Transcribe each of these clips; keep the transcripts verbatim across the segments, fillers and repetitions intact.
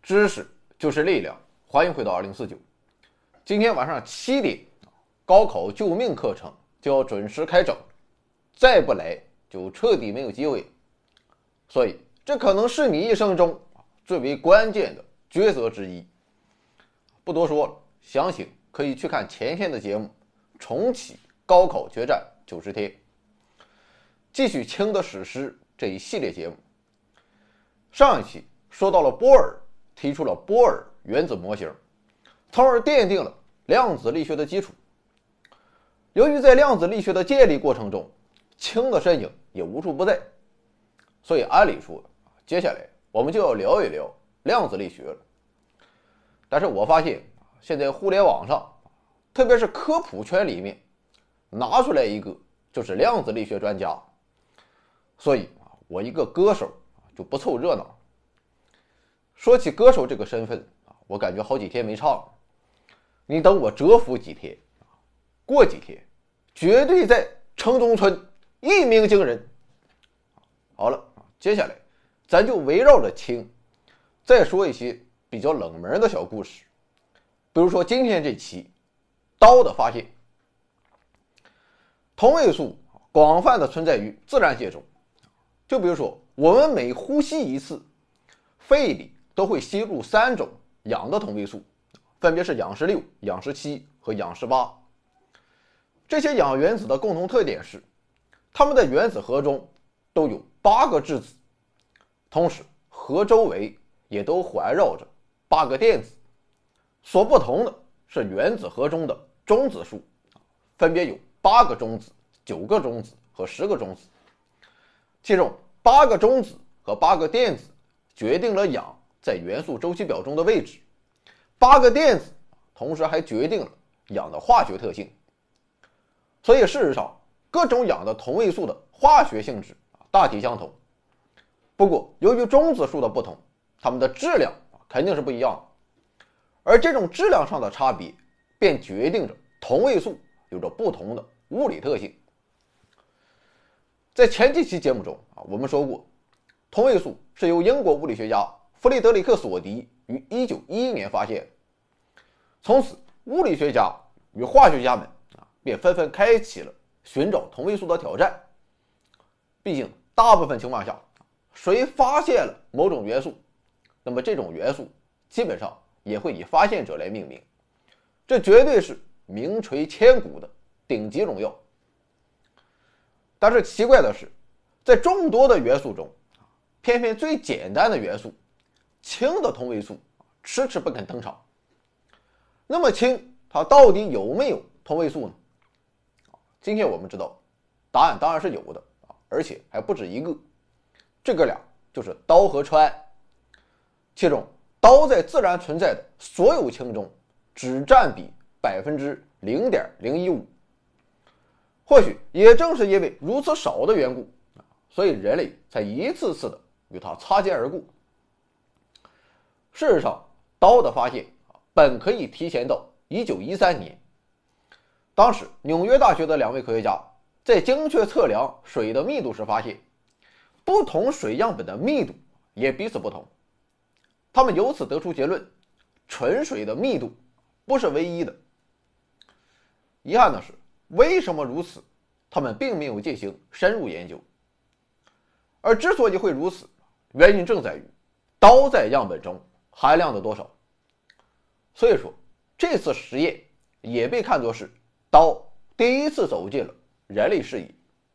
知识就是力量，欢迎回到二零四九。今天晚上七点，高考救命课程就要准时开整，再不来就彻底没有机会。所以这可能是你一生中最为关键的抉择之一。不多说了，详情可以去看前天的节目《重启高考决战九十天》，继续清的史诗这一系列节目。上一期说到了波尔提出了波尔原子模型，从而奠定了量子力学的基础。由于在量子力学的建立过程中，氢的身影也无处不在，所以按理说接下来我们就要聊一聊量子力学了。但是我发现现在互联网上，特别是科普圈里面，拿出来一个就是量子力学专家，所以我一个歌手就不凑热闹。说起歌手这个身份，我感觉好几天没唱了，你等我蛰伏几天，过几天绝对在城中村一鸣惊人。好了，接下来咱就围绕着氢再说一些比较冷门的小故事，比如说今天这期氘的发现。同位素广泛的存在于自然界中，就比如说我们每呼吸一次，肺里都会吸入三种氧的同位素，分别是氧十六、氧十七和氧十八。这些氧原子的共同特点是，它们的原子核中都有八个质子，同时核周围也都环绕着八个电子。所不同的是原子核中的中子数，分别有八个中子、九个中子和十个中子。其中八个中子和八个电子决定了氧在元素周期表中的位置，八个电子同时还决定了氧的化学特性。所以事实上，各种氧的同位素的化学性质大体相同，不过由于中子数的不同，它们的质量肯定是不一样的，而这种质量上的差别便决定着同位素有着不同的物理特性。在前几期节目中啊，我们说过，同位素是由英国物理学家弗雷德里克·索迪于一九一一年发现。从此，物理学家与化学家们啊便纷纷开启了寻找同位素的挑战。毕竟，大部分情况下，谁发现了某种元素，那么这种元素基本上也会以发现者来命名，这绝对是名垂千古的顶级荣耀。但是奇怪的是，在众多的元素中，偏偏最简单的元素氢的同位素迟迟不肯登场。那么氢它到底有没有同位素呢？今天我们知道答案当然是有的，而且还不止一个。这个俩就是氘和氚，其中氘在自然存在的所有氢中只占比 百分之零点零一五。或许也正是因为如此少的缘故，所以人类才一次次的与它擦肩而过。事实上，氘的发现本可以提前到一九一三年，当时纽约大学的两位科学家在精确测量水的密度时发现，不同水样本的密度也彼此不同。他们由此得出结论，纯水的密度不是唯一的。遗憾的是，为什么如此，他们并没有进行深入研究。而之所以会如此，原因正在于氘在样本中含量的多少。所以说，这次实验也被看作是氘第一次走进了人类视野。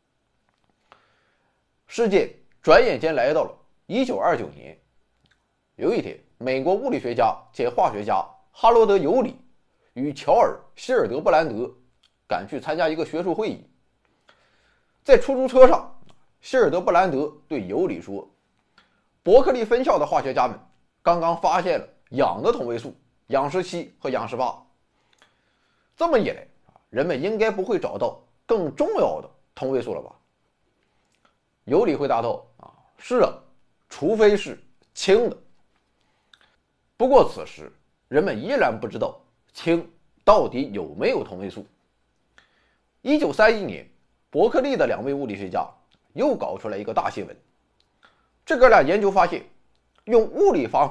世界转眼间来到了一九二九年，有一天，美国物理学家兼化学家哈罗德·尤里与乔尔·希尔德布兰德赶去参加一个学术会议。在出租车上，希尔德布兰德对尤里说，伯克利分校的化学家们刚刚发现了氧的同位素氧十七和氧十八，这么一来，人们应该不会找到更重要的同位素了吧？尤里回答道，啊，是啊，除非是氢的。不过此时人们依然不知道氢到底有没有同位素。一九三一年，伯克利的两位物理学家又搞出来一个大新闻。这哥俩研究发现，用物理方法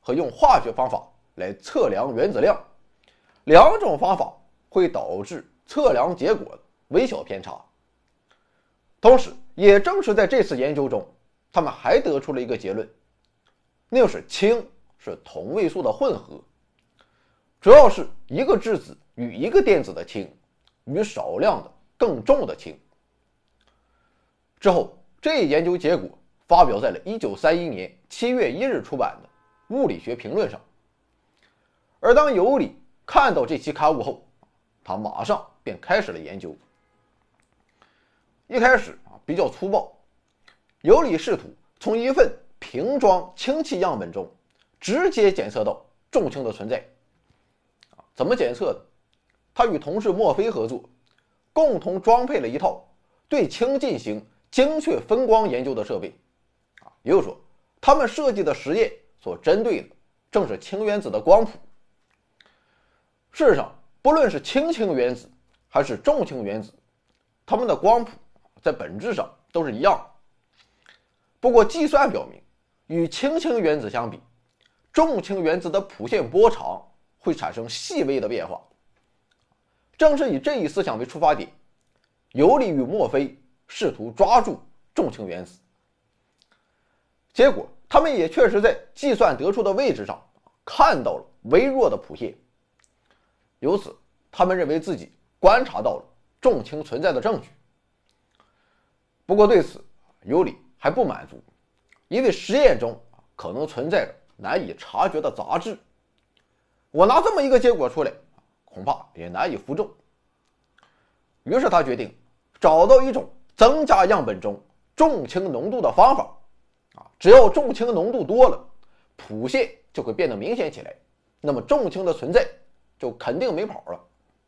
和用化学方法来测量原子量，两种方法会导致测量结果的微小偏差。同时，也正是在这次研究中，他们还得出了一个结论，那就是氢是同位素的混合，主要是一个质子与一个电子的氢与少量的更重的氢。之后，这一研究结果发表在了一九三一年七月一日出版的《物理学评论》上。而当尤里看到这期刊物后，他马上便开始了研究。一开始啊比较粗暴，尤里试图从一份瓶装氢气样本中直接检测到重氢的存在。怎么检测的？他与同事墨菲合作，共同装配了一套对氢进行精确分光研究的设备。也就是说，他们设计的实验所针对的正是氢原子的光谱。事实上，不论是氢氢原子还是重氢原子，它们的光谱在本质上都是一样的。不过计算表明，与氢氢原子相比，重氢原子的谱线波长会产生细微的变化。正是以这一思想为出发点，尤里与墨菲试图抓住重氢原子。结果他们也确实在计算得出的位置上看到了微弱的谱线，由此他们认为自己观察到了重氢存在的证据。不过对此尤里还不满足，因为实验中可能存在着难以察觉的杂质，我拿这么一个结果出来，恐怕也难以服众。于是他决定找到一种增加样本中重氢浓度的方法，只要重氢浓度多了，谱线就会变得明显起来，那么重氢的存在就肯定没跑了。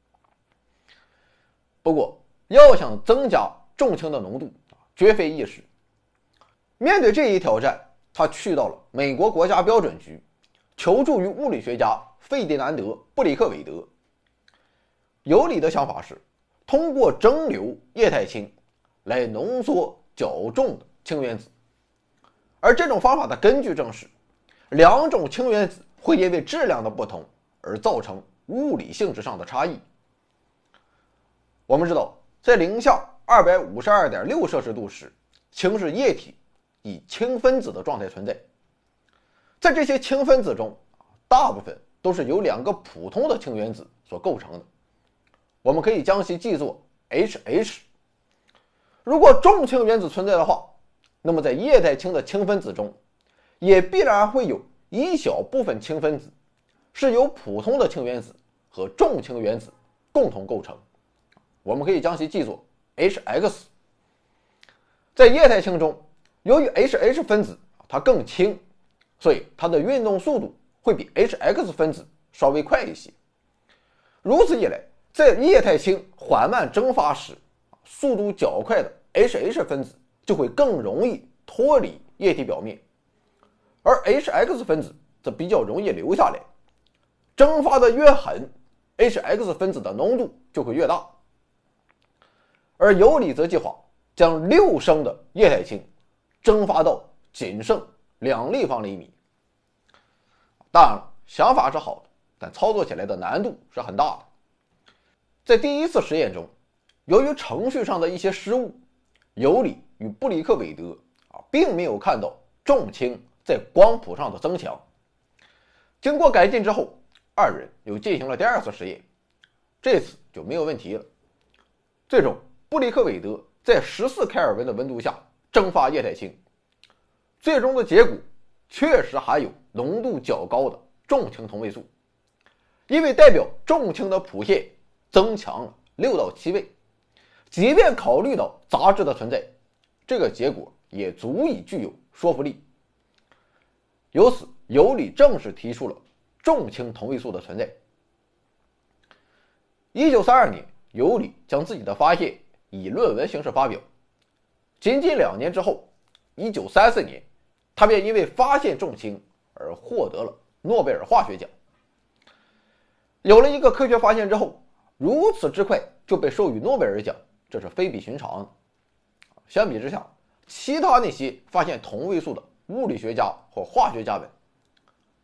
不过要想增加重氢的浓度绝非易事。面对这一挑战，他去到了美国国家标准局，求助于物理学家费迪南德·布里克韦德。尤里的想法是通过蒸馏液态氢来浓缩较重的氢原子，而这种方法的根据正是两种氢原子会因为质量的不同而造成物理性质上的差异。我们知道，在零下 二百五十二点六 摄氏度时，氢是液体，以氢分子的状态存在。在这些氢分子中，大部分都是由两个普通的氢原子所构成的，我们可以将其记作 H H。 如果重氢原子存在的话，那么在液态氢的氢分子中也必然会有一小部分氢分子是由普通的氢原子和重氢原子共同构成，我们可以将其记作 H X。 在液态氢中，由于 H H 分子它更轻，所以它的运动速度会比 H X 分子稍微快一些。如此一来，在液态氢缓慢蒸发时，速度较快的 H H 分子就会更容易脱离液体表面，而 H X 分子则比较容易留下来。蒸发的越狠， H X 分子的浓度就会越大。而尤里则计划将六升的液态氢蒸发到仅剩两立方厘米。当然了，想法是好的，但操作起来的难度是很大的。在第一次实验中，由于程序上的一些失误，尤里与布里克韦德啊，并没有看到重氢在光谱上的增强。经过改进之后，二人又进行了第二次实验，这次就没有问题了。最终，布里克韦德在十四开尔文的温度下蒸发液态氢，最终的结果确实含有浓度较高的重氢同位素，因为代表重氢的谱线增强了六到七倍，即便考虑到杂质的存在，这个结果也足以具有说服力。由此，尤里正式提出了重氢同位素的存在。一九三二年，尤里将自己的发现以论文形式发表。仅仅两年之后，一九三四年，他便因为发现重氢而获得了诺贝尔化学奖。有了一个科学发现之后，如此之快就被授予诺贝尔奖，这是非比寻常的。相比之下，其他那些发现同位素的物理学家或化学家们，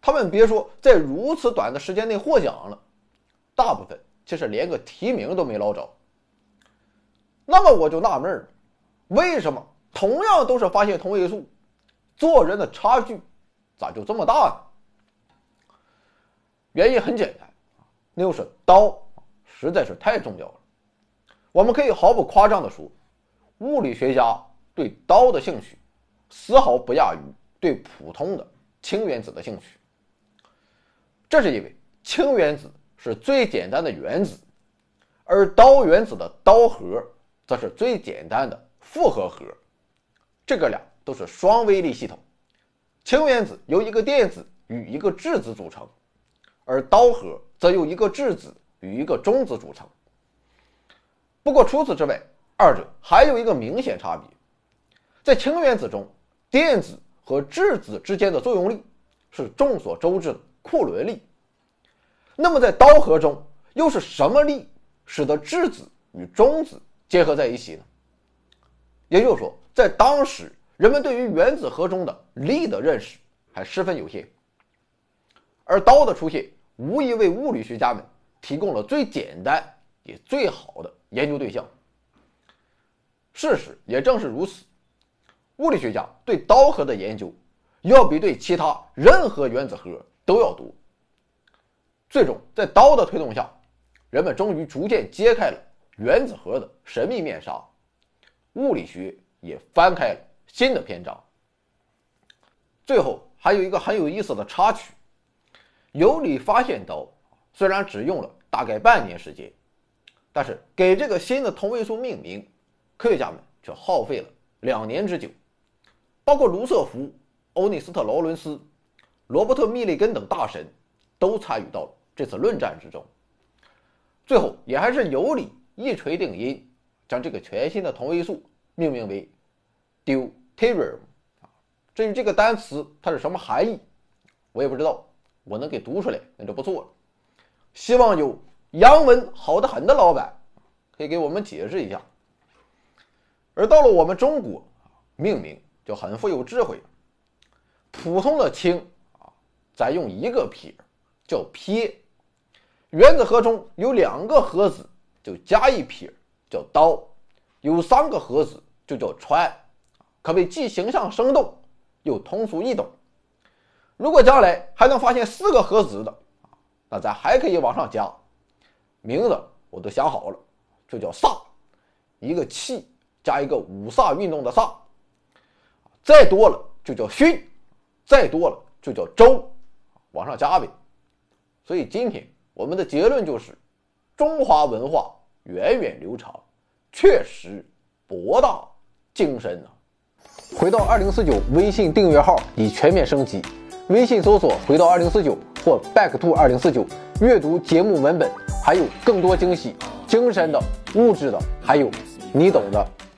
他们别说在如此短的时间内获奖了，大部分其实连个提名都没捞着。那么我就纳闷了，为什么同样都是发现同位素，做人的差距咋就这么大呢？原因很简单，那就是刀实在是太重要了。我们可以毫不夸张地说，物理学家对刀的兴趣丝毫不亚于对普通的氢原子的兴趣。这是因为氢原子是最简单的原子，而氘原子的氘核则是最简单的复合核，这个俩都是双微粒系统。氢原子由一个电子与一个质子组成，而氘核则由一个质子与一个中子组成。不过除此之外，二者还有一个明显差别。在氢原子中，电子和质子之间的作用力是众所周知的库仑力。那么在氘核中，又是什么力使得质子与中子结合在一起呢？也就是说，在当时人们对于原子核中的力的认识还十分有限，而氘的出现无疑为物理学家们提供了最简单也最好的研究对象。事实也正是如此，物理学家对氘核的研究要比对其他任何原子核都要多。最终在氘的推动下，人们终于逐渐揭开了原子核的神秘面纱，物理学也翻开了新的篇章。最后还有一个很有意思的插曲，尤里发现氘虽然只用了大概半年时间，但是给这个新的同位素命名，科学家们却耗费了两年之久，包括卢瑟福、欧内斯特·劳伦斯、罗伯特·密雷根等大神都参与到了这次论战之中。最后也还是尤里一锤定音，将这个全新的同位素命名为 deuterium。 至于这个单词它是什么含义，我也不知道，我能给读出来那就不错了。希望有洋文好得很的老板可以给我们解释一下。而到了我们中国，命名就很富有智慧了。普通的氢啊，咱用一个撇叫撇，原子核中有两个核子就加一撇叫氘，有三个核子就叫氚，可谓既形象生动又通俗易懂。如果将来还能发现四个核子的，那咱还可以往上加，名字我都想好了，就叫铯，一个气加一个五铯运动的铯，再多了就叫巽，再多了就叫周，往上加呗。所以今天我们的结论就是，中华文化源远流长，确实博大精深啊。回到二零四九微信订阅号已全面升级，微信搜索回到二零四九或 back to 二零四九，阅读节目文本，还有更多惊喜，精神的、物质的，还有你懂的。